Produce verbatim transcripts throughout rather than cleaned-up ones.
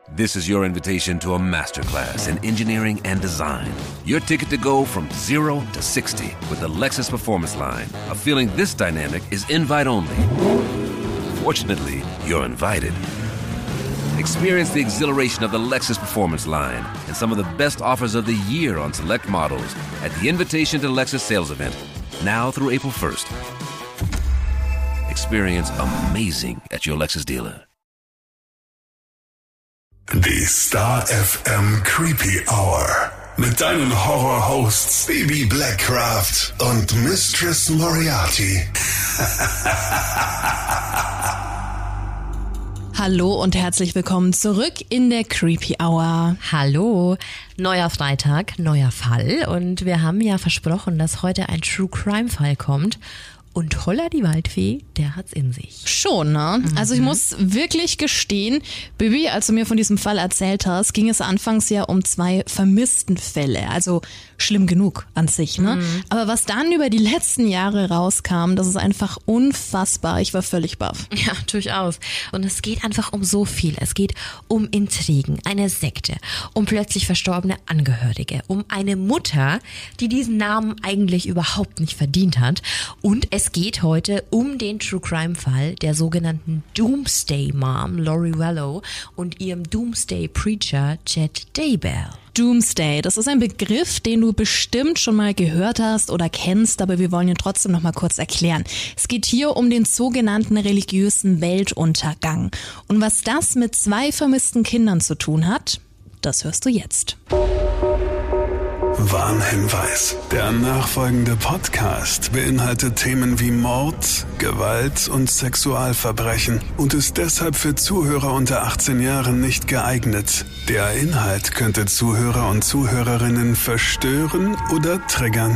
This is your invitation to a masterclass in engineering and design. Your ticket to go from zero to sixty with the Lexus Performance Line. A feeling this dynamic is invite only. Fortunately, you're invited. Experience the exhilaration of the Lexus Performance Line and some of the best offers of the year on select models at the Invitation to Lexus sales event, now through April first. Experience amazing at your Lexus dealer. Die Star F M Creepy Hour mit deinen Horror-Hosts Baby Blackcraft und Mistress Moriarty. Hallo und herzlich willkommen zurück in der Creepy Hour. Hallo, neuer Freitag, neuer Fall und wir haben ja versprochen, dass heute ein True Crime Fall kommt. Und Holla die Waldfee, der hat's in sich. Schon, ne? Mhm. Also ich muss wirklich gestehen, Bibi, als du mir von diesem Fall erzählt hast, ging es anfangs ja um zwei vermissten Fälle. Also schlimm genug an sich, ne? Mhm. Aber was dann über die letzten Jahre rauskam, das ist einfach unfassbar. Ich war völlig baff. Ja, durchaus. Und es geht einfach um so viel. Es geht um Intrigen, eine Sekte, um plötzlich verstorbene Angehörige, um eine Mutter, die diesen Namen eigentlich überhaupt nicht verdient hat. Und es Es geht heute um den True Crime Fall der sogenannten Doomsday Mom, Lori Vallow, und ihrem Doomsday Preacher, Chad Daybell. Doomsday, das ist ein Begriff, den du bestimmt schon mal gehört hast oder kennst, aber wir wollen ihn trotzdem noch mal kurz erklären. Es geht hier um den sogenannten religiösen Weltuntergang. Und was das mit zwei vermissten Kindern zu tun hat, das hörst du jetzt. Warnhinweis. Der nachfolgende Podcast beinhaltet Themen wie Mord, Gewalt und Sexualverbrechen und ist deshalb für Zuhörer unter achtzehn Jahren nicht geeignet. Der Inhalt könnte Zuhörer und Zuhörerinnen verstören oder triggern.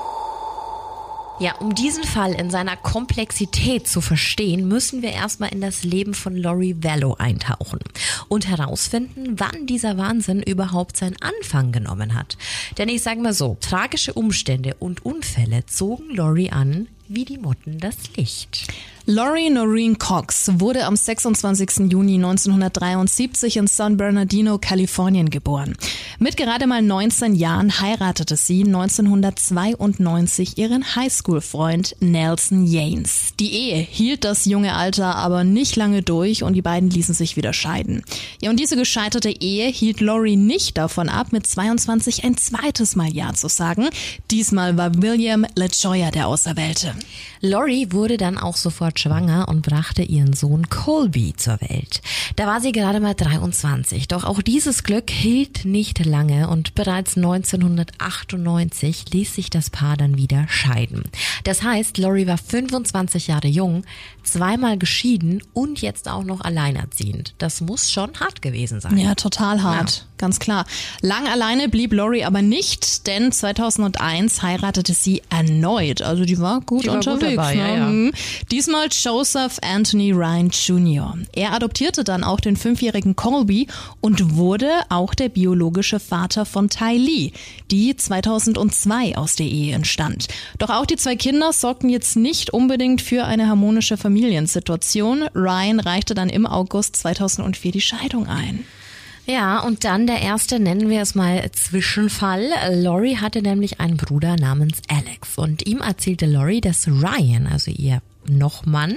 Ja, um diesen Fall in seiner Komplexität zu verstehen, müssen wir erstmal in das Leben von Lori Vallow eintauchen und herausfinden, wann dieser Wahnsinn überhaupt seinen Anfang genommen hat. Denn ich sage mal so, tragische Umstände und Unfälle zogen Lori an wie die Motten das Licht. Lori Noreen Cox wurde am sechsundzwanzigsten Juni neunzehnhundertdreiundsiebzig in San Bernardino, Kalifornien geboren. Mit gerade mal neunzehn Jahren heiratete sie neunzehnhundertzweiundneunzig ihren Highschool-Freund Nelson Yanes. Die Ehe hielt das junge Alter aber nicht lange durch und die beiden ließen sich wieder scheiden. Ja, und diese gescheiterte Ehe hielt Lori nicht davon ab, mit zweiundzwanzig ein zweites Mal Ja zu sagen. Diesmal war William LaJoya der Auserwählte. Lori wurde dann auch sofort schwanger und brachte ihren Sohn Colby zur Welt. Da war sie gerade mal dreiundzwanzig, doch auch dieses Glück hielt nicht lange und bereits neunzehnhundertachtundneunzig ließ sich das Paar dann wieder scheiden. Das heißt, Lori war fünfundzwanzig Jahre jung, zweimal geschieden und jetzt auch noch alleinerziehend. Das muss schon hart gewesen sein. Ja, total hart, ja. Ganz klar. Lang alleine blieb Lori aber nicht, denn zweitausendeins heiratete sie erneut. Also die war gut die war unterwegs. Gut dabei, ne? ja, ja. Diesmal Joseph Anthony Ryan Junior Er adoptierte dann auch den fünfjährigen Colby und wurde auch der biologische Vater von Ty Lee, die zweitausendzwei aus der Ehe entstand. Doch auch die zwei Kinder sorgten jetzt nicht unbedingt für eine harmonische Familiensituation. Ryan reichte dann im August zweitausendvier die Scheidung ein. Ja, und dann der erste, nennen wir es mal, Zwischenfall. Lori hatte nämlich einen Bruder namens Alex und ihm erzählte Lori, dass Ryan, also ihr Nochmann,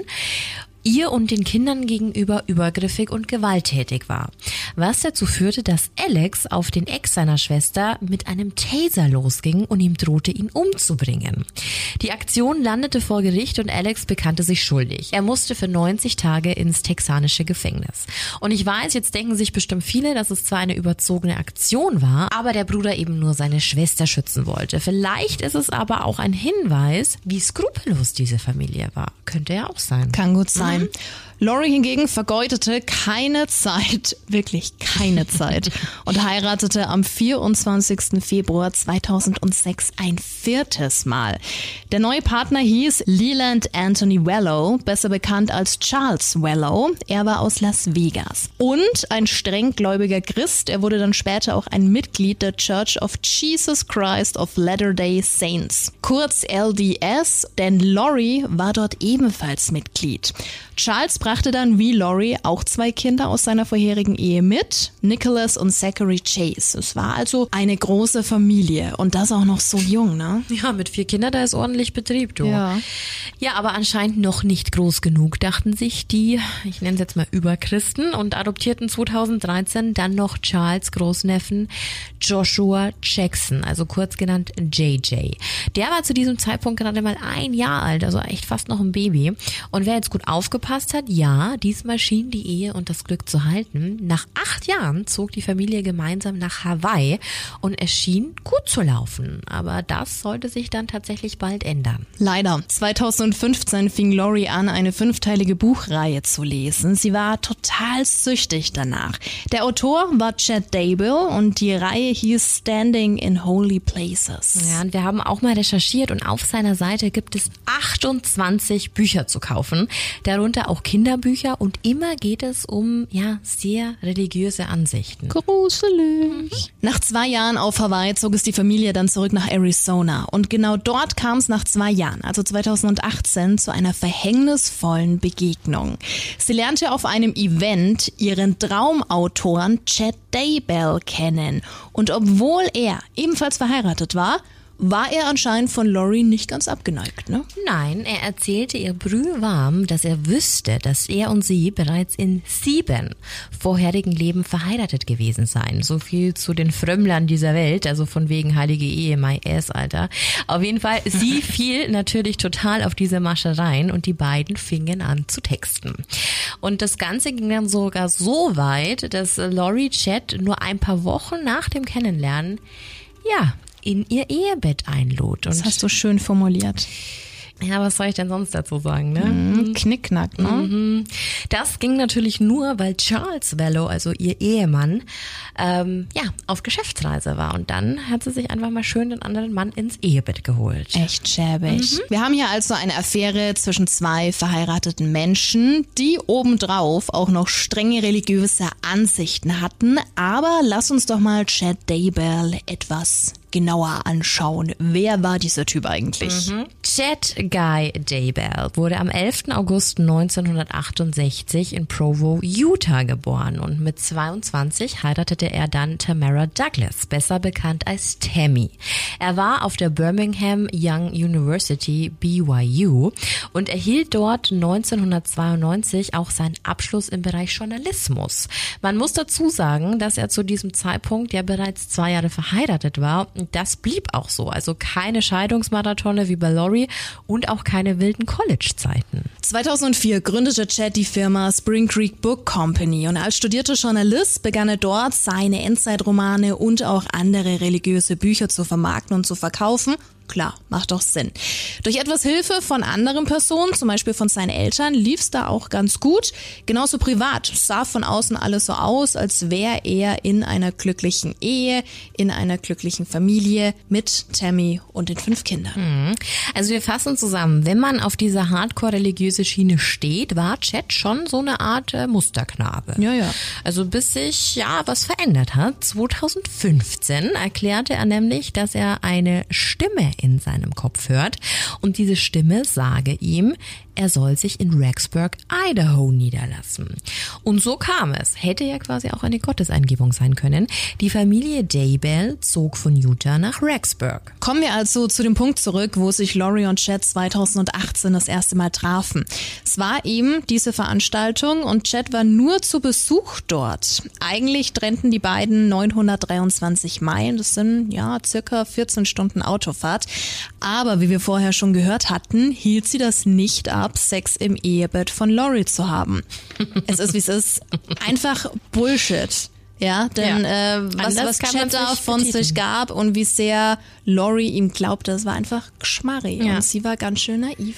ihr und den Kindern gegenüber übergriffig und gewalttätig war. Was dazu führte, dass Alex auf den Ex seiner Schwester mit einem Taser losging und ihm drohte, ihn umzubringen. Die Aktion landete vor Gericht und Alex bekannte sich schuldig. Er musste für neunzig Tage ins texanische Gefängnis. Und ich weiß, jetzt denken sich bestimmt viele, dass es zwar eine überzogene Aktion war, aber der Bruder eben nur seine Schwester schützen wollte. Vielleicht ist es aber auch ein Hinweis, wie skrupellos diese Familie war. Könnte ja auch sein. Kann gut sein. Mhm. Lori hingegen vergeudete keine Zeit, wirklich keine Zeit, und heiratete am vierundzwanzigsten Februar zweitausendsechs ein viertes Mal. Der neue Partner hieß Leland Anthony Vallow, besser bekannt als Charles Vallow. Er war aus Las Vegas und ein strenggläubiger Christ. Er wurde dann später auch ein Mitglied der Church of Jesus Christ of Latter-day Saints, kurz L D S, denn Lori war dort ebenfalls Mitglied. Charles brachte brachte dann wie Laurie auch zwei Kinder aus seiner vorherigen Ehe mit, Nicholas und Zachary Chase. Es war also eine große Familie und das auch noch so jung, ne? Ja, mit vier Kindern, da ist ordentlich Betrieb, du. Ja. Ja, aber anscheinend noch nicht groß genug, dachten sich die, ich nenne es jetzt mal Überchristen, und adoptierten zweitausenddreizehn dann noch Charles' Großneffen Joshua Jackson, also kurz genannt J J. Der war zu diesem Zeitpunkt gerade mal ein Jahr alt, also echt fast noch ein Baby. Und wer jetzt gut aufgepasst hat, ja, diesmal schien die Ehe und das Glück zu halten. Nach acht Jahren zog die Familie gemeinsam nach Hawaii und es schien gut zu laufen. Aber das sollte sich dann tatsächlich bald ändern. Leider. zweitausendfünfzehn fing Laurie an, eine fünfteilige Buchreihe zu lesen. Sie war total süchtig danach. Der Autor war Chad Daybell und die Reihe hieß Standing in Holy Places. Ja, und wir haben auch mal recherchiert und auf seiner Seite gibt es achtundzwanzig Bücher zu kaufen, darunter auch Kinderbücher, und immer geht es um, ja, sehr religiöse Ansichten. Gruselig. Mhm. Nach zwei Jahren auf Hawaii zog es die Familie dann zurück nach Arizona und genau dort kam es nach zwei Jahren, also zweitausendachtzehn, zu einer verhängnisvollen Begegnung. Sie lernte auf einem Event ihren Traumautoren Chad Daybell kennen und obwohl er ebenfalls verheiratet war, war er anscheinend von Laurie nicht ganz abgeneigt, ne? Nein, er erzählte ihr brühwarm, dass er wüsste, dass er und sie bereits in sieben vorherigen Leben verheiratet gewesen seien. So viel zu den Frömmlern dieser Welt, also von wegen heilige Ehe, my ass, Alter. Auf jeden Fall, sie fiel natürlich total auf diese Masche rein und die beiden fingen an zu texten. Und das Ganze ging dann sogar so weit, dass Laurie Chad nur ein paar Wochen nach dem Kennenlernen, ja, in ihr Ehebett einlud. Und das hast du schön formuliert. Ja, was soll ich denn sonst dazu sagen, ne? Mhm, Knickknack, ne? Mhm. Das ging natürlich nur, weil Charles Vallow, also ihr Ehemann, ähm, ja, auf Geschäftsreise war. Und dann hat sie sich einfach mal schön den anderen Mann ins Ehebett geholt. Echt schäbig. Mhm. Wir haben hier also eine Affäre zwischen zwei verheirateten Menschen, die obendrauf auch noch strenge religiöse Ansichten hatten. Aber lass uns doch mal Chad Daybell etwas genauer anschauen. Wer war dieser Typ eigentlich? Mhm. Chad Guy Daybell wurde am elften August neunzehnhundertachtundsechzig in Provo, Utah geboren und mit zweiundzwanzig heiratete er dann Tamara Douglas, besser bekannt als Tammy. Er war auf der Birmingham Young University B Y U und erhielt dort neunzehnhundertzweiundneunzig auch seinen Abschluss im Bereich Journalismus. Man muss dazu sagen, dass er zu diesem Zeitpunkt ja bereits zwei Jahre verheiratet war. Das blieb auch so, also keine Scheidungsmarathone wie bei Laurie und auch keine wilden College-Zeiten. zweitausendvier gründete Chad die Firma Spring Creek Book Company und als studierter Journalist begann er dort, seine Endzeitromane und auch andere religiöse Bücher zu vermarkten und zu verkaufen. Klar, macht doch Sinn. Durch etwas Hilfe von anderen Personen, zum Beispiel von seinen Eltern, lief's da auch ganz gut. Genauso privat sah von außen alles so aus, als wäre er in einer glücklichen Ehe, in einer glücklichen Familie mit Tammy und den fünf Kindern. Also wir fassen zusammen, wenn man auf diese hardcore-religiöse Schiene steht, war Chad schon so eine Art äh, Musterknabe. Ja, ja. Also bis sich ja was verändert hat. zweitausendfünfzehn erklärte er nämlich, dass er eine Stimme in seinem Kopf hört und diese Stimme sage ihm, er soll sich in Rexburg, Idaho niederlassen. Und so kam es. Hätte ja quasi auch eine Gotteseingebung sein können. Die Familie Daybell zog von Utah nach Rexburg. Kommen wir also zu dem Punkt zurück, wo sich Laurie und Chad zweitausendachtzehn das erste Mal trafen. Es war eben diese Veranstaltung und Chad war nur zu Besuch dort. Eigentlich trennten die beiden neunhundertdreiundzwanzig Meilen. Das sind ja circa vierzehn Stunden Autofahrt. Aber wie wir vorher schon gehört hatten, hielt sie das nicht ab, Sex im Ehebett von Laurie zu haben. Es ist, wie es ist. Einfach Bullshit. Ja, denn ja. Äh, was, was Chad da von betiteln. sich gab und wie sehr Laurie ihm glaubte, das war einfach Geschmarri. Ja. Und sie war ganz schön naiv.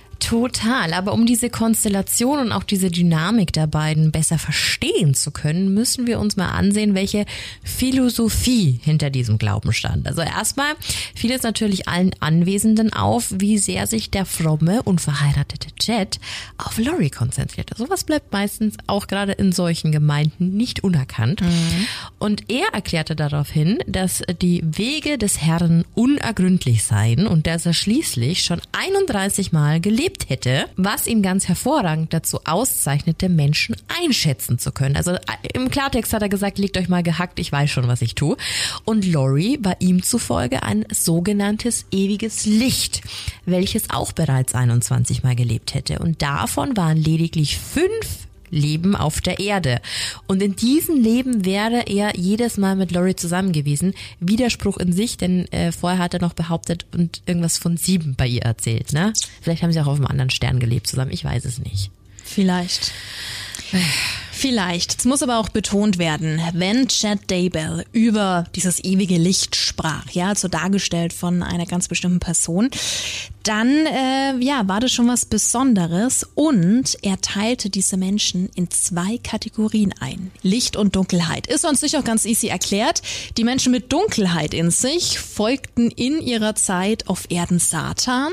Total, aber um diese Konstellation und auch diese Dynamik der beiden besser verstehen zu können, müssen wir uns mal ansehen, welche Philosophie hinter diesem Glauben stand. Also erstmal fiel es natürlich allen Anwesenden auf, wie sehr sich der fromme und verheiratete Chad auf Laurie konzentrierte. Sowas bleibt meistens auch gerade in solchen Gemeinden nicht unerkannt. Mhm. Und er erklärte daraufhin, dass die Wege des Herrn unergründlich seien und dass er schließlich schon einunddreißig Mal gelebt gelebt hätte, was ihn ganz hervorragend dazu auszeichnete, Menschen einschätzen zu können. Also im Klartext hat er gesagt, legt euch mal gehackt, ich weiß schon, was ich tue. Und Laurie war ihm zufolge ein sogenanntes ewiges Licht, welches auch bereits einundzwanzig Mal gelebt hätte. Und davon waren lediglich fünf Leben auf der Erde. Und in diesem Leben wäre er jedes Mal mit Laurie zusammen gewesen. Widerspruch in sich, denn äh, vorher hat er noch behauptet und irgendwas von sieben bei ihr erzählt. Ne? Vielleicht haben sie auch auf einem anderen Stern gelebt zusammen, ich weiß es nicht. Vielleicht. Vielleicht. Es muss aber auch betont werden, wenn Chad Daybell über dieses ewige Licht sprach, ja, also dargestellt von einer ganz bestimmten Person, dann äh, ja, war das schon was Besonderes und er teilte diese Menschen in zwei Kategorien ein. Licht und Dunkelheit. Ist uns sicher auch ganz easy erklärt. Die Menschen mit Dunkelheit in sich folgten in ihrer Zeit auf Erden Satan.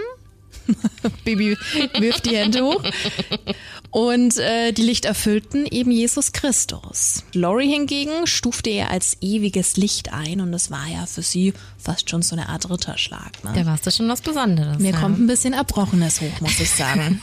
Baby wirft die Hände hoch. Und äh, die Lichterfüllten eben Jesus Christus. Laurie hingegen stufte er als ewiges Licht ein und das war ja für sie fast schon so eine Art Ritterschlag. Ne? Da warst du schon was Besonderes. Mir ja. kommt ein bisschen Erbrochenes hoch, muss ich sagen.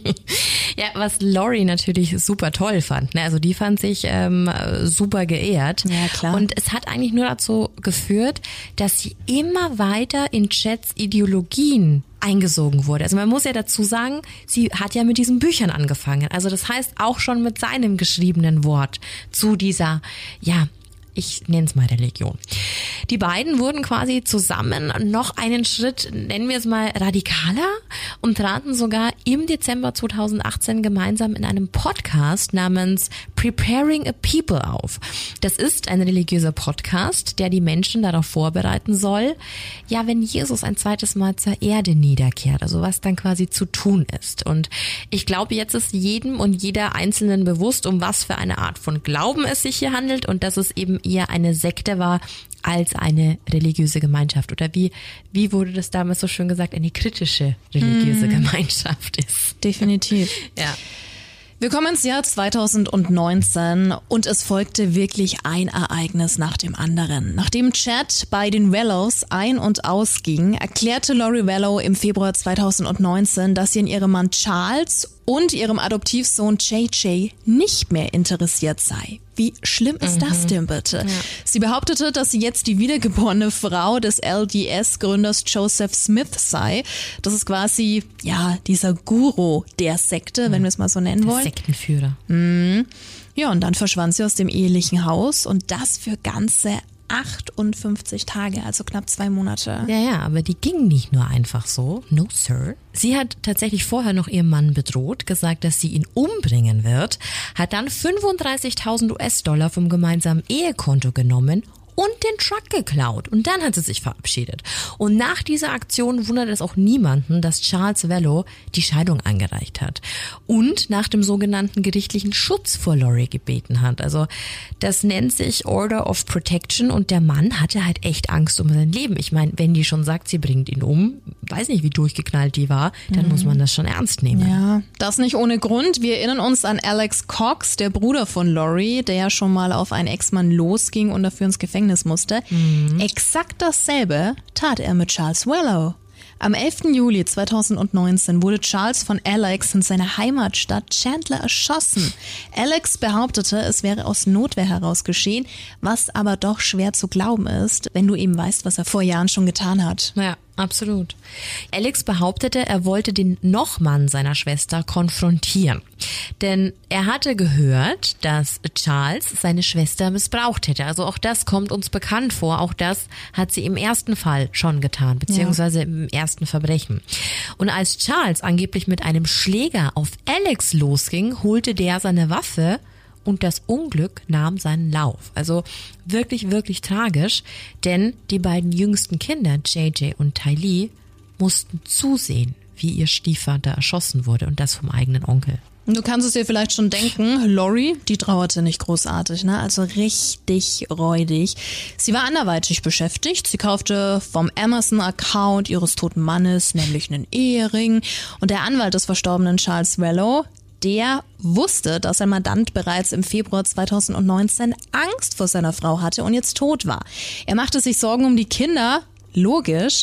Ja, was Laurie natürlich super toll fand. Ne? Also die fand sich ähm, super geehrt. Ja, klar. Und es hat eigentlich nur dazu geführt, dass sie immer weiter in Chads Ideologien eingesogen wurde. Also man muss ja dazu sagen, sie hat ja mit diesen Büchern angefangen. Also das heißt auch schon mit seinem geschriebenen Wort zu dieser, ja, ich nenne es mal Religion. Die beiden wurden quasi zusammen noch einen Schritt, nennen wir es mal, radikaler und traten sogar im Dezember zweitausendachtzehn gemeinsam in einem Podcast namens Preparing a People auf. Das ist ein religiöser Podcast, der die Menschen darauf vorbereiten soll, ja, wenn Jesus ein zweites Mal zur Erde niederkehrt, also was dann quasi zu tun ist. Und ich glaube, jetzt ist jedem und jeder Einzelnen bewusst, um was für eine Art von Glauben es sich hier handelt und dass es eben eher eine Sekte war als eine religiöse Gemeinschaft. Oder wie, wie wurde das damals so schön gesagt, eine kritische religiöse mm. Gemeinschaft ist. Definitiv. Ja. Wir kommen ins Jahr zweitausendneunzehn und es folgte wirklich ein Ereignis nach dem anderen. Nachdem Chad bei den Wellows ein- und ausging, erklärte Laurie Wellow im Februar zweitausendneunzehn, dass sie in ihrem Mann Charles und ihrem Adoptivsohn J J nicht mehr interessiert sei. Wie schlimm ist mhm. das denn bitte? Ja. Sie behauptete, dass sie jetzt die wiedergeborene Frau des L D S-Gründers Joseph Smith sei. Das ist quasi, ja, dieser Guru der Sekte, mhm. wenn wir es mal so nennen der wollen. Sektenführer. Mhm. Ja, und dann verschwand sie aus dem ehelichen Haus und das für ganze achtundfünfzig Tage, also knapp zwei Monate. Ja, ja, aber die ging nicht nur einfach so. No, sir. Sie hat tatsächlich vorher noch ihren Mann bedroht, gesagt, dass sie ihn umbringen wird, hat dann fünfunddreißigtausend US-Dollar vom gemeinsamen Ehekonto genommen und den Truck geklaut. Und dann hat sie sich verabschiedet. Und nach dieser Aktion wundert es auch niemanden, dass Charles Wellow die Scheidung eingereicht hat und nach dem sogenannten gerichtlichen Schutz vor Laurie gebeten hat. Also das nennt sich Order of Protection und der Mann hatte halt echt Angst um sein Leben. Ich meine, wenn die schon sagt, sie bringt ihn um, weiß nicht, wie durchgeknallt die war, dann mhm. muss man das schon ernst nehmen. Ja, das nicht ohne Grund. Wir erinnern uns an Alex Cox, der Bruder von Laurie, der ja schon mal auf einen Ex-Mann losging und dafür ins Gefängnis musste. Mhm. Exakt dasselbe tat er mit Charles Wellow. Am elften Juli zweitausendneunzehn wurde Charles von Alex in seiner Heimatstadt Chandler erschossen. Alex behauptete, es wäre aus Notwehr heraus geschehen, was aber doch schwer zu glauben ist, wenn du eben weißt, was er vor Jahren schon getan hat. Ja, absolut. Alex behauptete, er wollte den Nochmann seiner Schwester konfrontieren. Denn er hatte gehört, dass Charles seine Schwester missbraucht hätte. Also auch das kommt uns bekannt vor. Auch das hat sie im ersten Fall schon getan, beziehungsweise ja. im ersten Verbrechen. Und als Charles angeblich mit einem Schläger auf Alex losging, holte der seine Waffe und das Unglück nahm seinen Lauf. Also wirklich, wirklich tragisch, denn die beiden jüngsten Kinder, J J und Tylee, mussten zusehen, wie ihr Stiefvater erschossen wurde und das vom eigenen Onkel. Du kannst es dir vielleicht schon denken, Laurie, die trauerte nicht großartig, ne? Also richtig räudig. Sie war anderweitig beschäftigt. Sie kaufte vom Amazon-Account ihres toten Mannes nämlich einen Ehering. Und der Anwalt des verstorbenen Charles Wellow, der wusste, dass sein Mandant bereits im Februar zweitausendneunzehn Angst vor seiner Frau hatte und jetzt tot war. Er machte sich Sorgen um die Kinder, logisch,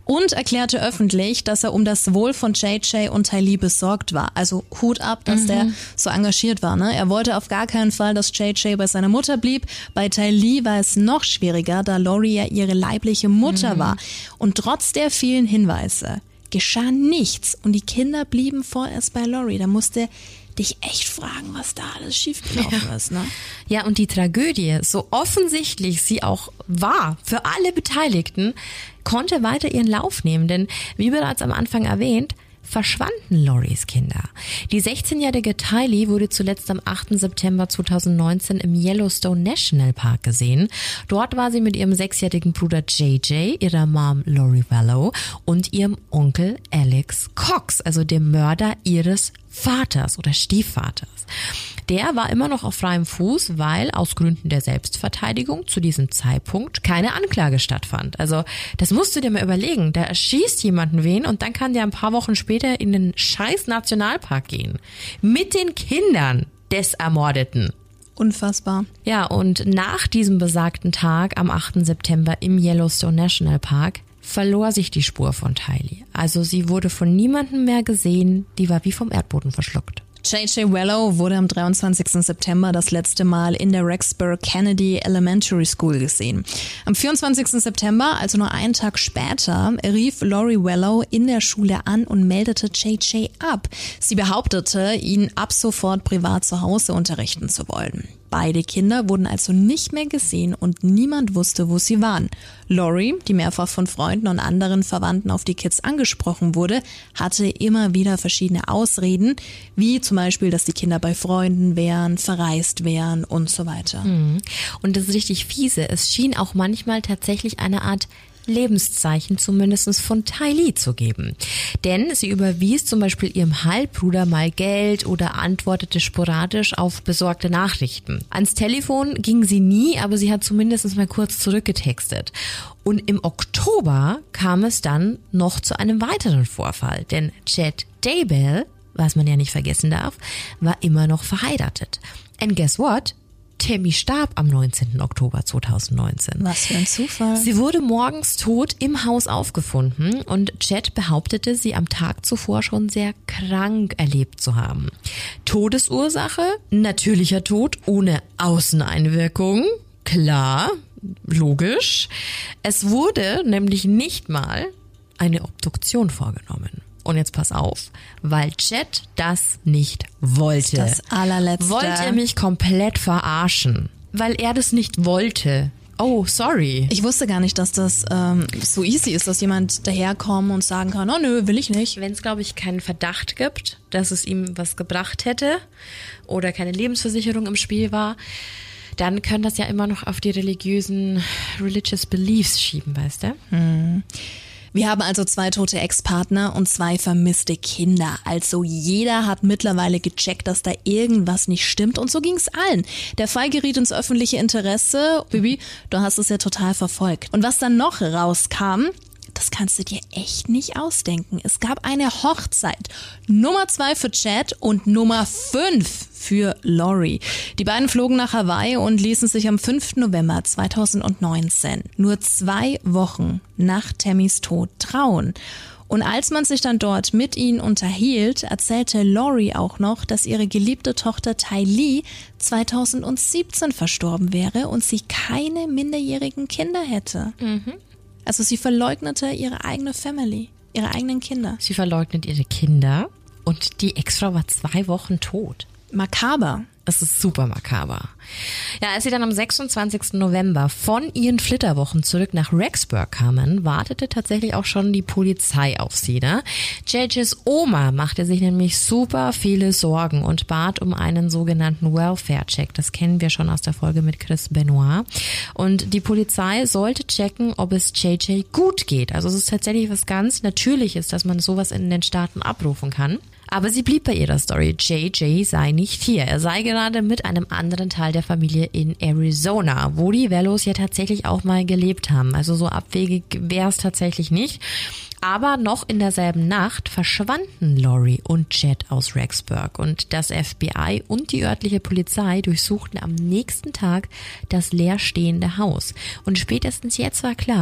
und erklärte öffentlich, dass er um das Wohl von J J und Ty Lee besorgt war. Also Hut ab, dass mhm. der so engagiert war. Ne? Er wollte auf gar keinen Fall, dass J J bei seiner Mutter blieb. Bei Ty Lee war es noch schwieriger, da Lori ja ihre leibliche Mutter mhm. war. Und trotz der vielen Hinweise geschah nichts und die Kinder blieben vorerst bei Lori. Da musste dich echt fragen, was da alles schiefgelaufen ja. ist. Ne? Ja, und die Tragödie, so offensichtlich sie auch war für alle Beteiligten, konnte weiter ihren Lauf nehmen. Denn wie bereits am Anfang erwähnt, verschwanden Loris Kinder. Die sechzehnjährige Ty Lee wurde zuletzt am achten September zweitausendneunzehn im Yellowstone National Park gesehen. Dort war sie mit ihrem sechsjährigen Bruder J J, ihrer Mom Lori Vallow und ihrem Onkel Alex Cox, also dem Mörder ihres Vaters oder Stiefvaters. Der war immer noch auf freiem Fuß, weil aus Gründen der Selbstverteidigung zu diesem Zeitpunkt keine Anklage stattfand. Also das musst du dir mal überlegen. Da erschießt jemanden wen und dann kann der ein paar Wochen später in den scheiß Nationalpark gehen. Mit den Kindern des Ermordeten. Unfassbar. Ja, und nach diesem besagten Tag am achten September im Yellowstone National Park verlor sich die Spur von Ty Lee. Also sie wurde von niemandem mehr gesehen, die war wie vom Erdboden verschluckt. J J Vallow wurde am dreiundzwanzigsten September das letzte Mal in der Rexburg Kennedy Elementary School gesehen. Am vierundzwanzigsten September, also nur einen Tag später, rief Lori Vallow in der Schule an und meldete J J ab. Sie behauptete, ihn ab sofort privat zu Hause unterrichten zu wollen. Beide Kinder wurden also nicht mehr gesehen und niemand wusste, wo sie waren. Lori, die mehrfach von Freunden und anderen Verwandten auf die Kids angesprochen wurde, hatte immer wieder verschiedene Ausreden, wie zum Beispiel, dass die Kinder bei Freunden wären, verreist wären und so weiter. Und das ist richtig fiese. Es schien auch manchmal tatsächlich eine Art Lebenszeichen zumindest von Ty Lee zu geben. Denn sie überwies zum Beispiel ihrem Halbbruder mal Geld oder antwortete sporadisch auf besorgte Nachrichten. Ans Telefon ging sie nie, aber sie hat zumindest mal kurz zurückgetextet. Und im Oktober kam es dann noch zu einem weiteren Vorfall, denn Chet Daybell, was man ja nicht vergessen darf, war immer noch verheiratet. And guess what? Tammy starb am neunzehnten Oktober zweitausendneunzehn. Was für ein Zufall. Sie wurde morgens tot im Haus aufgefunden und Chet behauptete, sie am Tag zuvor schon sehr krank erlebt zu haben. Todesursache? Natürlicher Tod ohne Außeneinwirkung. Klar, logisch. Es wurde nämlich nicht mal eine Obduktion vorgenommen. Und jetzt pass auf, weil Chet das nicht wollte. Das allerletzte. Wollte er mich komplett verarschen, weil er das nicht wollte. Oh, sorry. Ich wusste gar nicht, dass das ähm, so easy ist, dass jemand daherkommen und sagen kann, oh nö, will ich nicht. Wenn es, glaube ich, keinen Verdacht gibt, dass es ihm was gebracht hätte oder keine Lebensversicherung im Spiel war, dann können das ja immer noch auf die religiösen religious beliefs schieben, weißt du? Hm. Wir haben also zwei tote Ex-Partner und zwei vermisste Kinder. Also jeder hat mittlerweile gecheckt, dass da irgendwas nicht stimmt und so ging's allen. Der Fall geriet ins öffentliche Interesse. Bibi, du hast es ja total verfolgt. Und was dann noch rauskam, das kannst du dir echt nicht ausdenken. Es gab eine Hochzeit. Nummer zwei für Chet und Nummer fünf für Lori. Die beiden flogen nach Hawaii und ließen sich am fünften November zweitausendneunzehn, nur zwei Wochen nach Tammys Tod, trauen. Und als man sich dann dort mit ihnen unterhielt, erzählte Lori auch noch, dass ihre geliebte Tochter Ty Lee zweitausendsiebzehn verstorben wäre und sie keine minderjährigen Kinder hätte. Mhm. Also sie verleugnete ihre eigene Family, ihre eigenen Kinder. Sie verleugnet ihre Kinder und die Ex-Frau war zwei Wochen tot. Makaber. Es ist super makaber. Ja, als sie dann am sechsundzwanzigsten November von ihren Flitterwochen zurück nach Rexburg kamen, wartete tatsächlich auch schon die Polizei auf sie. Ne? J Js Oma machte sich nämlich super viele Sorgen und bat um einen sogenannten Welfare-Check. Das kennen wir schon aus der Folge mit Chris Benoit. Und die Polizei sollte checken, ob es J J gut geht. Also es ist tatsächlich was ganz Natürliches, dass man sowas in den Staaten abrufen kann. Aber sie blieb bei ihrer Story. J J sei nicht hier. Er sei gerade mit einem anderen Teil der Familie in Arizona, wo die Vallows ja tatsächlich auch mal gelebt haben. Also so abwegig wäre es tatsächlich nicht. Aber noch in derselben Nacht verschwanden Lori und Chet aus Rexburg und das F B I und die örtliche Polizei durchsuchten am nächsten Tag das leerstehende Haus. Und spätestens jetzt war klar,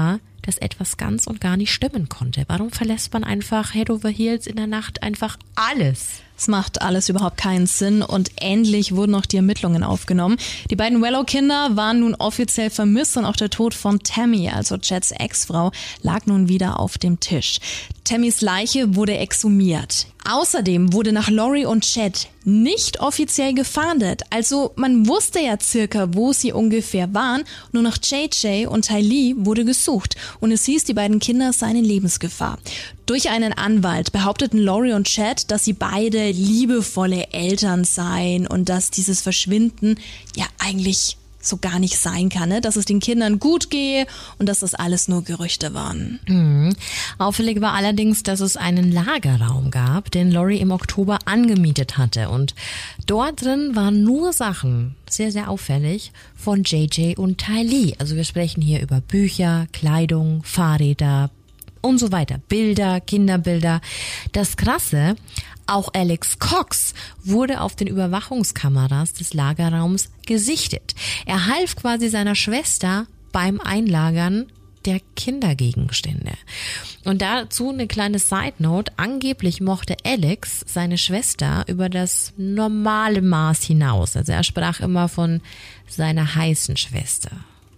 dass etwas ganz und gar nicht stimmen konnte. Warum verlässt man einfach Head over Heels in der Nacht einfach alles? Es macht alles überhaupt keinen Sinn und endlich wurden auch die Ermittlungen aufgenommen. Die beiden Wello-Kinder waren nun offiziell vermisst und auch der Tod von Tammy, also Cheds Ex-Frau, lag nun wieder auf dem Tisch. Tammys Leiche wurde exhumiert. Außerdem wurde nach Lori und Ched nicht offiziell gefahndet. Also man wusste ja circa, wo sie ungefähr waren. Nur nach J J und Ty Lee wurde gesucht. Und es hieß, die beiden Kinder seien in Lebensgefahr. Durch einen Anwalt behaupteten Lori und Ched, dass sie beide liebevolle Eltern seien und dass dieses Verschwinden ja eigentlich so gar nicht sein kann, ne? Dass es den Kindern gut gehe und dass das alles nur Gerüchte waren. Mhm. Auffällig war allerdings, dass es einen Lagerraum gab, den Lori im Oktober angemietet hatte. Und dort drin waren nur Sachen, sehr, sehr auffällig, von J J und Ty Lee. Also wir sprechen hier über Bücher, Kleidung, Fahrräder und so weiter. Bilder, Kinderbilder. Das Krasse, auch Alex Cox wurde auf den Überwachungskameras des Lagerraums gesichtet. Er half quasi seiner Schwester beim Einlagern der Kindergegenstände. Und dazu eine kleine Side-Note. Angeblich mochte Alex seine Schwester über das normale Maß hinaus. Also er sprach immer von seiner heißen Schwester.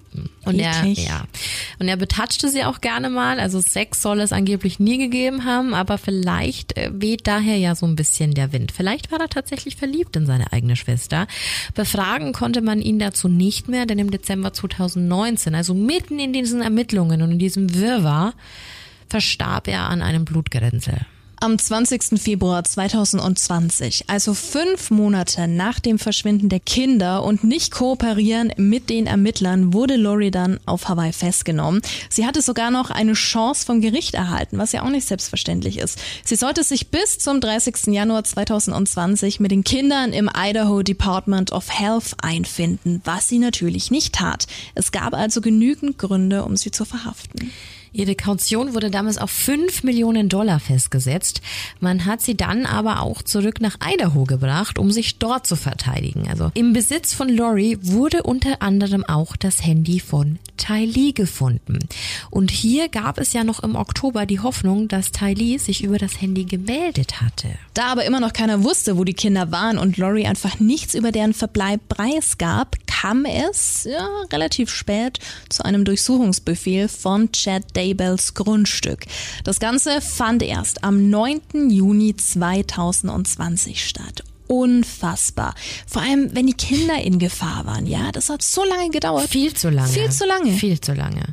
Und er, ja. Und er betatschte sie auch gerne mal, also Sex soll es angeblich nie gegeben haben, aber vielleicht weht daher ja so ein bisschen der Wind. Vielleicht war er tatsächlich verliebt in seine eigene Schwester. Befragen konnte man ihn dazu nicht mehr, denn im Dezember zweitausendneunzehn, also mitten in diesen Ermittlungen und in diesem Wirrwarr, verstarb er an einem Blutgerinnsel. Am zwanzigsten Februar zweitausendzwanzig, also fünf Monate nach dem Verschwinden der Kinder und nicht kooperieren mit den Ermittlern, wurde Lori dann auf Hawaii festgenommen. Sie hatte sogar noch eine Chance vom Gericht erhalten, was ja auch nicht selbstverständlich ist. Sie sollte sich bis zum dreißigsten Januar zweitausendzwanzig mit den Kindern im Idaho Department of Health einfinden, was sie natürlich nicht tat. Es gab also genügend Gründe, um sie zu verhaften. Ihre Kaution wurde damals auf fünf Millionen Dollar festgesetzt. Man hat sie dann aber auch zurück nach Idaho gebracht, um sich dort zu verteidigen. Also im Besitz von Lori wurde unter anderem auch das Handy von Ty Lee gefunden. Und hier gab es ja noch im Oktober die Hoffnung, dass Ty Lee sich über das Handy gemeldet hatte. Da aber immer noch keiner wusste, wo die Kinder waren und Lori einfach nichts über deren Verbleib preisgab, kam es ja, relativ spät zu einem Durchsuchungsbefehl von Chad Daybells Grundstück. Das Ganze fand erst am neunten Juni zweitausendzwanzig statt. Unfassbar. Vor allem, wenn die Kinder in Gefahr waren. Ja, das hat so lange gedauert. Viel zu lange. Viel zu lange. Viel zu lange.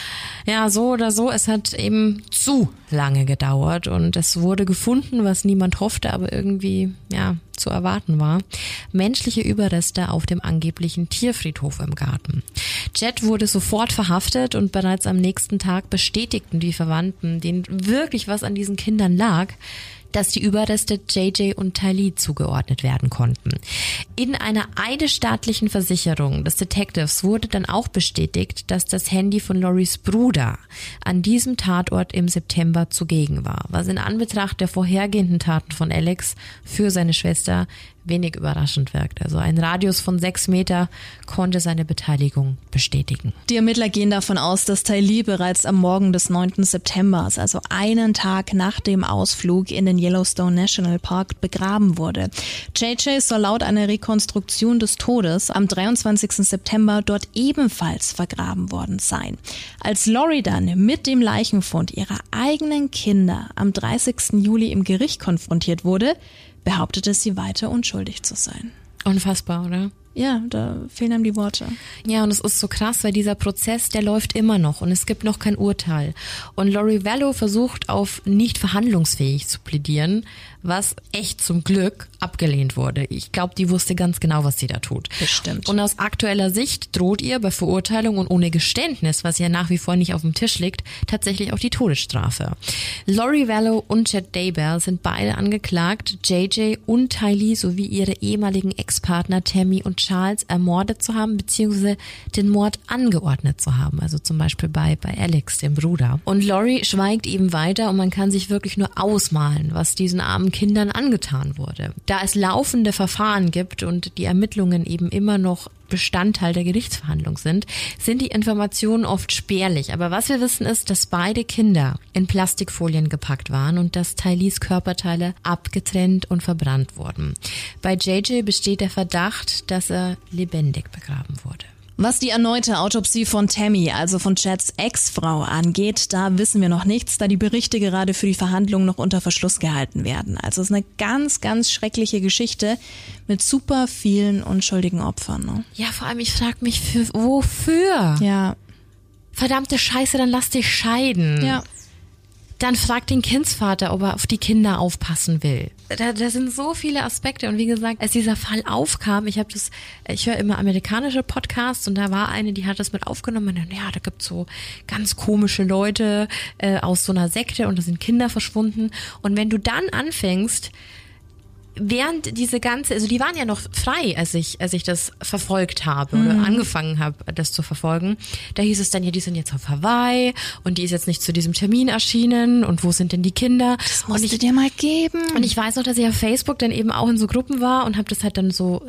Ja, so oder so, es hat eben zu lange gedauert und es wurde gefunden, was niemand hoffte, aber irgendwie, ja, zu erwarten war. Menschliche Überreste auf dem angeblichen Tierfriedhof im Garten. Ched wurde sofort verhaftet und bereits am nächsten Tag bestätigten die Verwandten, denen wirklich was an diesen Kindern lag, dass die Überreste J J und Ty Lee zugeordnet werden konnten. In einer eidesstaatlichen Versicherung des Detectives wurde dann auch bestätigt, dass das Handy von Loris Bruder an diesem Tatort im September zugegen war, was in Anbetracht der vorhergehenden Taten von Alex für seine Schwester wenig überraschend wirkt. Also ein Radius von sechs Meter konnte seine Beteiligung bestätigen. Die Ermittler gehen davon aus, dass Ty Lee bereits am Morgen des neunten September, also einen Tag nach dem Ausflug in den Yellowstone National Park, begraben wurde. J J soll laut einer Rekonstruktion des Todes am dreiundzwanzigsten September dort ebenfalls vergraben worden sein. Als Lori dann mit dem Leichenfund ihrer eigenen Kinder am dreißigsten Juli im Gericht konfrontiert wurde, behauptete sie weiter unschuldig zu sein. Unfassbar, oder? Ja, da fehlen einem die Worte. Ja, und es ist so krass, weil dieser Prozess, der läuft immer noch und es gibt noch kein Urteil. Und Lori Vallow versucht auf nicht verhandlungsfähig zu plädieren, was echt zum Glück abgelehnt wurde. Ich glaube, die wusste ganz genau, was sie da tut. Bestimmt. Und aus aktueller Sicht droht ihr bei Verurteilung und ohne Geständnis, was ja nach wie vor nicht auf dem Tisch liegt, tatsächlich auch die Todesstrafe. Lori Vallow und Chad Daybell sind beide angeklagt, J J und Ty Lee sowie ihre ehemaligen Ex-Partner Tammy und Charles ermordet zu haben, beziehungsweise den Mord angeordnet zu haben. Also zum Beispiel bei, bei Alex, dem Bruder. Und Lori schweigt eben weiter und man kann sich wirklich nur ausmalen, was diesen armen Kindern angetan wurde. Da es laufende Verfahren gibt und die Ermittlungen eben immer noch Bestandteil der Gerichtsverhandlung sind, sind die Informationen oft spärlich. Aber was wir wissen ist, dass beide Kinder in Plastikfolien gepackt waren und dass Tylees Körperteile abgetrennt und verbrannt wurden. Bei J J besteht der Verdacht, dass er lebendig begraben wurde. Was die erneute Autopsie von Tammy, also von Chads Ex-Frau, angeht, da wissen wir noch nichts, da die Berichte gerade für die Verhandlungen noch unter Verschluss gehalten werden. Also es ist eine ganz, ganz schreckliche Geschichte mit super vielen unschuldigen Opfern. Ne? Ja, vor allem, ich frage mich, für, wofür? Ja. Verdammte Scheiße, dann lass dich scheiden. Ja. Dann frag den Kindsvater, ob er auf die Kinder aufpassen will. Da, da sind so viele Aspekte und wie gesagt, als dieser Fall aufkam, ich habe das, ich höre immer amerikanische Podcasts und da war eine, die hat das mit aufgenommen und ja, da gibt's so ganz komische Leute äh, aus so einer Sekte und da sind Kinder verschwunden und wenn du dann anfängst, während diese ganze, also die waren ja noch frei, als ich, als ich das verfolgt habe oder mhm. angefangen habe, das zu verfolgen. Da hieß es dann, ja, die sind jetzt auf Hawaii und die ist jetzt nicht zu diesem Termin erschienen und wo sind denn die Kinder? Das musst du dir mal geben. Und ich weiß noch, dass ich auf Facebook dann eben auch in so Gruppen war und habe das halt dann so,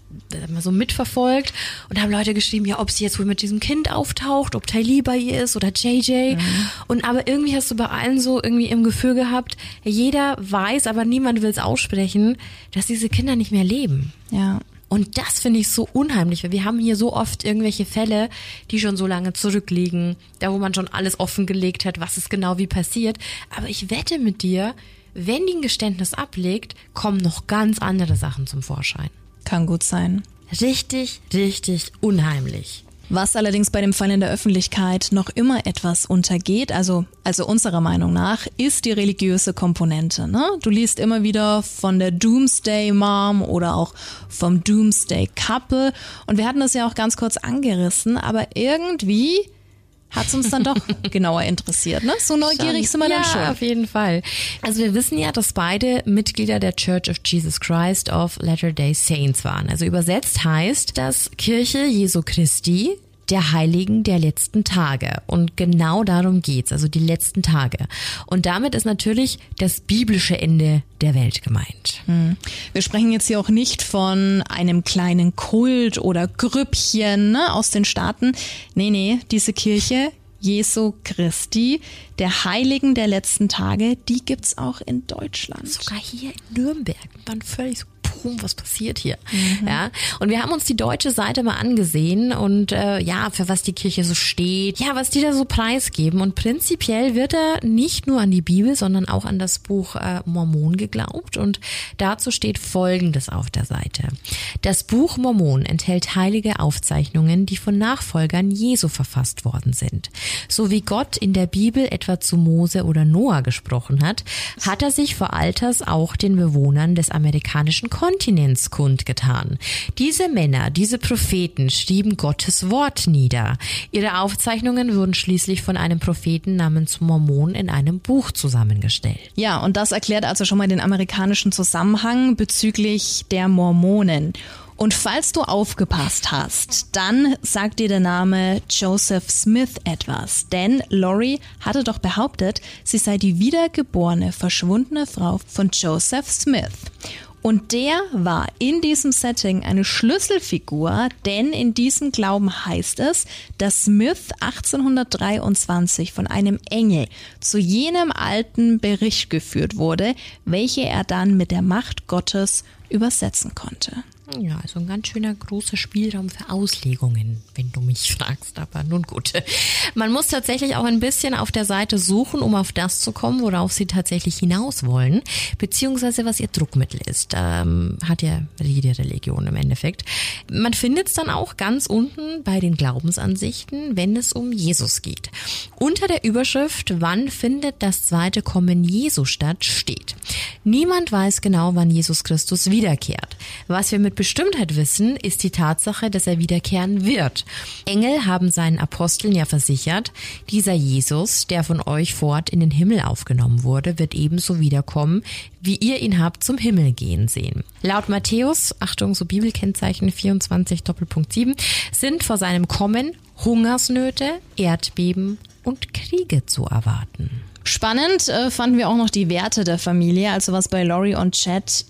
so mitverfolgt und haben Leute geschrieben, ja, ob sie jetzt wohl mit diesem Kind auftaucht, ob Tylee bei ihr ist oder J J. Mhm. Und aber irgendwie hast du bei allen so irgendwie im Gefühl gehabt, jeder weiß, aber niemand will es aussprechen, dass diese Kinder nicht mehr leben. Ja. Und das finde ich so unheimlich, weil wir haben hier so oft irgendwelche Fälle, die schon so lange zurückliegen, da wo man schon alles offengelegt hat, was ist genau wie passiert. Aber ich wette mit dir, wenn die ein Geständnis ablegt, kommen noch ganz andere Sachen zum Vorschein. Kann gut sein. Richtig, richtig unheimlich. Was allerdings bei dem Fall in der Öffentlichkeit noch immer etwas untergeht, also, also unserer Meinung nach, ist die religiöse Komponente. Ne? Du liest immer wieder von der Doomsday Mom oder auch vom Doomsday Couple und wir hatten das ja auch ganz kurz angerissen, aber irgendwie hat's uns dann doch genauer interessiert, ne? So neugierig sind wir ja, dann schon. Ja, auf jeden Fall. Also wir wissen ja, dass beide Mitglieder der Church of Jesus Christ of Latter-day Saints waren. Also übersetzt heißt das Kirche Jesu Christi der Heiligen der letzten Tage. Und genau darum geht's, also die letzten Tage. Und damit ist natürlich das biblische Ende der Welt gemeint. Hm. Wir sprechen jetzt hier auch nicht von einem kleinen Kult oder Grüppchen, ne, aus den Staaten. Nee, nee, diese Kirche Jesu Christi, der Heiligen der letzten Tage, die gibt's auch in Deutschland. Sogar hier in Nürnberg. Man völlig so, boom, was passiert hier? Mhm. Ja, und wir haben uns die deutsche Seite mal angesehen und äh, ja, für was die Kirche so steht, ja, was die da so preisgeben. Und prinzipiell wird da nicht nur an die Bibel, sondern auch an das Buch äh, Mormon geglaubt. Und dazu steht Folgendes auf der Seite. Das Buch Mormon enthält heilige Aufzeichnungen, die von Nachfolgern Jesu verfasst worden sind. So wie Gott in der Bibel etwa zu Mose oder Noah gesprochen hat, hat er sich vor Alters auch den Bewohnern des amerikanischen Kontinents kundgetan. Diese Männer, diese Propheten schrieben Gottes Wort nieder. Ihre Aufzeichnungen wurden schließlich von einem Propheten namens Mormon in einem Buch zusammengestellt. Ja, und das erklärt also schon mal den amerikanischen Zusammenhang bezüglich der Mormonen. Und falls du aufgepasst hast, dann sagt dir der Name Joseph Smith etwas. Denn Lori hatte doch behauptet, sie sei die wiedergeborene, verschwundene Frau von Joseph Smith. Und der war in diesem Setting eine Schlüsselfigur, denn in diesem Glauben heißt es, dass Smith achtzehnhundertdreiundzwanzig von einem Engel zu jenem alten Bericht geführt wurde, welche er dann mit der Macht Gottes übersetzen konnte. Ja, also ein ganz schöner großer Spielraum für Auslegungen, wenn du mich fragst, aber nun gut. Man muss tatsächlich auch ein bisschen auf der Seite suchen, um auf das zu kommen, worauf sie tatsächlich hinaus wollen, beziehungsweise was ihr Druckmittel ist. Ähm, hat ja jede Religion im Endeffekt. Man findet es dann auch ganz unten bei den Glaubensansichten, wenn es um Jesus geht. Unter der Überschrift, wann findet das zweite Kommen Jesu statt, steht: Niemand weiß genau, wann Jesus Christus wiederkehrt. Was wir mit Bestimmtheit wissen, ist die Tatsache, dass er wiederkehren wird. Engel haben seinen Aposteln ja versichert, dieser Jesus, der von euch fort in den Himmel aufgenommen wurde, wird ebenso wiederkommen, wie ihr ihn habt zum Himmel gehen sehen. Laut Matthäus, Achtung, so Bibelkennzeichen vierundzwanzig Doppelpunkt sieben, sind vor seinem Kommen Hungersnöte, Erdbeben und Kriege zu erwarten. Spannend äh, fanden wir auch noch die Werte der Familie, also was bei Lori und Chad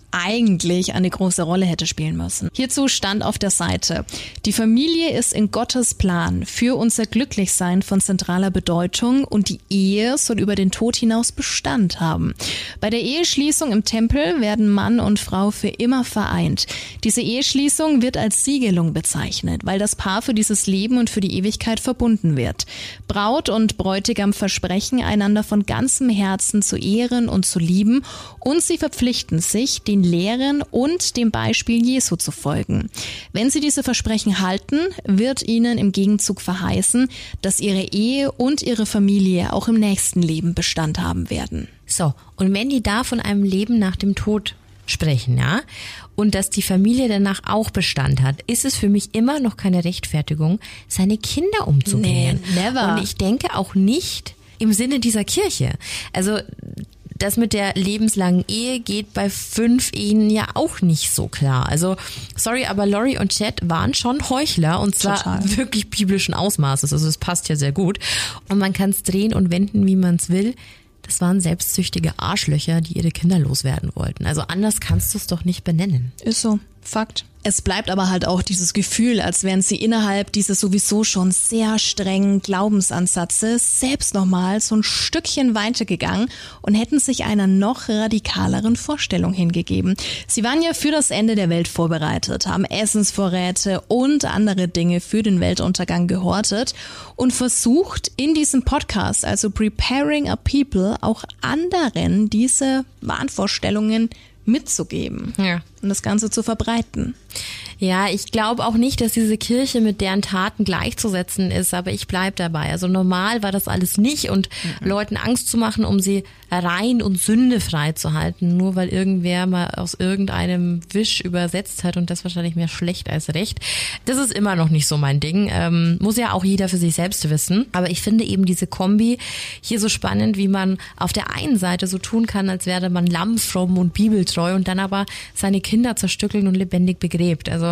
eigentlich eine große Rolle hätte spielen müssen. Hierzu stand auf der Seite: Die Familie ist in Gottes Plan für unser Glücklichsein von zentraler Bedeutung und die Ehe soll über den Tod hinaus Bestand haben. Bei der Eheschließung im Tempel werden Mann und Frau für immer vereint. Diese Eheschließung wird als Siegelung bezeichnet, weil das Paar für dieses Leben und für die Ewigkeit verbunden wird. Braut und Bräutigam versprechen, einander von ganzem Herzen zu ehren und zu lieben, und sie verpflichten sich, den Lehren und dem Beispiel Jesu zu folgen. Wenn sie diese Versprechen halten, wird ihnen im Gegenzug verheißen, dass ihre Ehe und ihre Familie auch im nächsten Leben Bestand haben werden. So, und wenn die da von einem Leben nach dem Tod sprechen, ja, und dass die Familie danach auch Bestand hat, ist es für mich immer noch keine Rechtfertigung, seine Kinder umzubringen. Nee, never. Und ich denke auch nicht im Sinne dieser Kirche. Also das mit der lebenslangen Ehe geht bei fünf Ehen ja auch nicht so klar. Also, sorry, aber Lori und Chad waren schon Heuchler, und zwar Total. wirklich biblischen Ausmaßes. Also es passt ja sehr gut. Und man kann es drehen und wenden, wie man es will. Das waren selbstsüchtige Arschlöcher, die ihre Kinder loswerden wollten. Also anders kannst du es doch nicht benennen. Ist so, Fakt. Es bleibt aber halt auch dieses Gefühl, als wären sie innerhalb dieses sowieso schon sehr strengen Glaubensansatzes selbst nochmal so ein Stückchen weitergegangen und hätten sich einer noch radikaleren Vorstellung hingegeben. Sie waren ja für das Ende der Welt vorbereitet, haben Essensvorräte und andere Dinge für den Weltuntergang gehortet und versucht in diesem Podcast, also Preparing a People, auch anderen diese Wahnvorstellungen mitzugeben, ja, und das Ganze zu verbreiten. Ja, ich glaube auch nicht, dass diese Kirche mit deren Taten gleichzusetzen ist, aber ich bleib dabei. Also normal war das alles nicht, und mhm. Leuten Angst zu machen, um sie rein und sündefrei zu halten, nur weil irgendwer mal aus irgendeinem Wisch übersetzt hat, und das wahrscheinlich mehr schlecht als recht. Das ist immer noch nicht so mein Ding. Ähm, muss ja auch jeder für sich selbst wissen. Aber ich finde eben diese Kombi hier so spannend, wie man auf der einen Seite so tun kann, als wäre man lammfromm und bibeltreu, und dann aber seine Kinder zerstückeln und lebendig begräbt. Also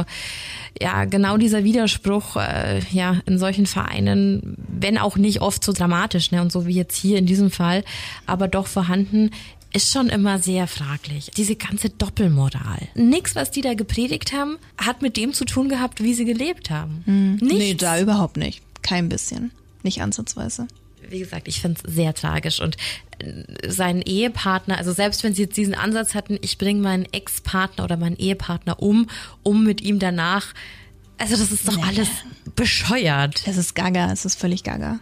ja, genau dieser Widerspruch äh, ja in solchen Vereinen, wenn auch nicht oft so dramatisch, ne, und so wie jetzt hier in diesem Fall, aber doch vorhanden, ist schon immer sehr fraglich. Diese ganze Doppelmoral. Nix, was die da gepredigt haben, hat mit dem zu tun gehabt, wie sie gelebt haben. Hm. Nee, da überhaupt nicht. Kein bisschen. Nicht ansatzweise. Wie gesagt, ich finde es sehr tragisch, und seinen Ehepartner, also selbst wenn sie jetzt diesen Ansatz hatten, ich bringe meinen Ex-Partner oder meinen Ehepartner um, um mit ihm danach, also das ist doch nee. alles bescheuert. Es ist gaga, es ist völlig gaga.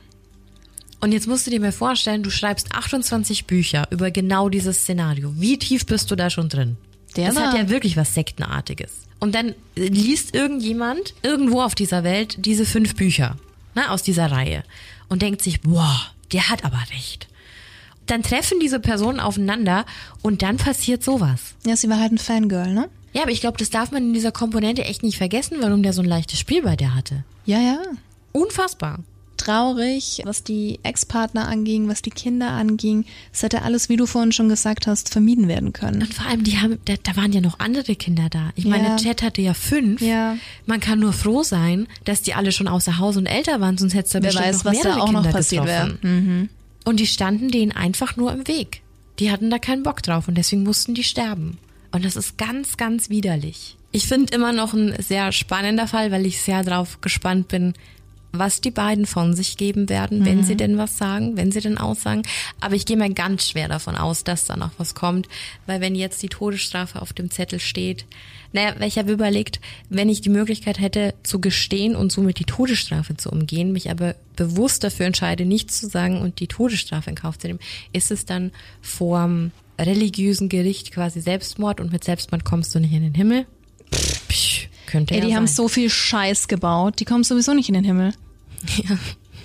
Und jetzt musst du dir mal vorstellen, du schreibst achtundzwanzig Bücher über genau dieses Szenario. Wie tief bist du da schon drin? Der das hat ja wirklich was Sektenartiges. Und dann liest irgendjemand irgendwo auf dieser Welt diese fünf Bücher, ne, aus dieser Reihe, und denkt sich, boah, der hat aber recht. Dann treffen diese Personen aufeinander und dann passiert sowas. Ja, sie war halt ein Fangirl, ne? Ja, aber ich glaube, das darf man in dieser Komponente echt nicht vergessen, warum der so ein leichtes Spiel bei der hatte. Ja, ja. Unfassbar. Traurig, was die Ex-Partner anging, was die Kinder anging. Es hätte alles, wie du vorhin schon gesagt hast, vermieden werden können. Und vor allem, die haben, da, da waren ja noch andere Kinder da. Ich meine, ja. Chad hatte ja fünf. Ja. Man kann nur froh sein, dass die alle schon außer Haus und älter waren, sonst hätte es da Wer bestimmt weiß, noch mehrere was da auch Kinder noch passiert wäre. Mhm. Und die standen denen einfach nur im Weg. Die hatten da keinen Bock drauf, und deswegen mussten die sterben. Und das ist ganz, ganz widerlich. Ich finde immer noch ein sehr spannender Fall, weil ich sehr drauf gespannt bin, was die beiden von sich geben werden, mhm. wenn sie denn was sagen, wenn sie denn aussagen. Aber ich gehe mal ganz schwer davon aus, dass da noch was kommt, weil wenn jetzt die Todesstrafe auf dem Zettel steht, naja, ich habe überlegt, wenn ich die Möglichkeit hätte zu gestehen und somit die Todesstrafe zu umgehen, mich aber bewusst dafür entscheide, nichts zu sagen und die Todesstrafe in Kauf zu nehmen, ist es dann vorm religiösen Gericht quasi Selbstmord, und mit Selbstmord kommst du nicht in den Himmel? Psch, könnte Ey, ja die sein. haben so viel Scheiß gebaut, die kommen sowieso nicht in den Himmel. Ja,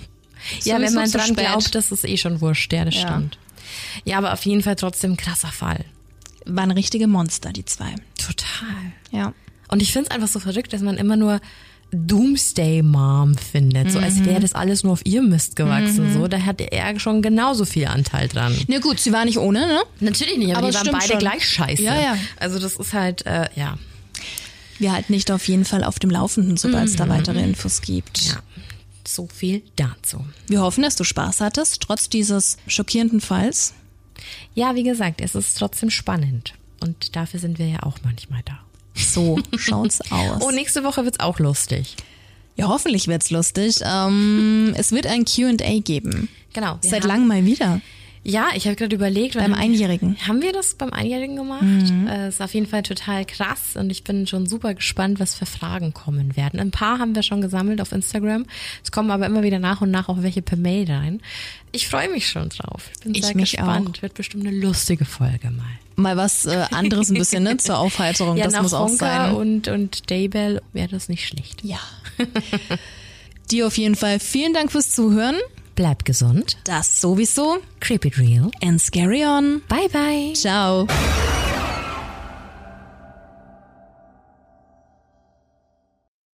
ja, wenn man dran glaubt, das ist eh schon wurscht, ja, das ja. stimmt. Ja, aber auf jeden Fall trotzdem ein krasser Fall. Waren richtige Monster, die zwei. Total. Ja. Und ich finde es einfach so verrückt, dass man immer nur Doomsday Mom findet, so mhm. als wäre das alles nur auf ihr Mist gewachsen. Mhm. So, da hatte er schon genauso viel Anteil dran. Na gut, sie war nicht ohne, ne? Natürlich nicht, aber, aber die waren beide schon. gleich scheiße. Ja, ja. Also das ist halt, äh, ja. Wir halten nicht auf jeden Fall auf dem Laufenden, sobald es mhm. da weitere Infos gibt. Ja. So viel dazu. Wir hoffen, dass du Spaß hattest, trotz dieses schockierenden Falls. Ja, wie gesagt, es ist trotzdem spannend. Und dafür sind wir ja auch manchmal da. So schaut's aus. Oh, nächste Woche wird's auch lustig. Ja, hoffentlich wird's lustig. Ähm, es wird ein Q and A geben. Genau. Seit langem mal wieder. Ja, ich habe gerade überlegt. Beim Einjährigen. Haben wir das beim Einjährigen gemacht? Mhm. Äh, ist auf jeden Fall total krass und ich bin schon super gespannt, was für Fragen kommen werden. Ein paar haben wir schon gesammelt auf Instagram. Es kommen aber immer wieder nach und nach auch welche per Mail rein. Ich freue mich schon drauf. Ich bin ich sehr mich gespannt. Auch. Wird bestimmt eine lustige Folge mal. Mal was äh, anderes ein bisschen, ne? Zur Aufheiterung. Ja, das muss auch sein. Und, und Daybell wäre das nicht schlecht. Ja. Dir auf jeden Fall vielen Dank fürs Zuhören. Bleib gesund. Das sowieso. Creep it real. And scary on. Bye bye. Ciao.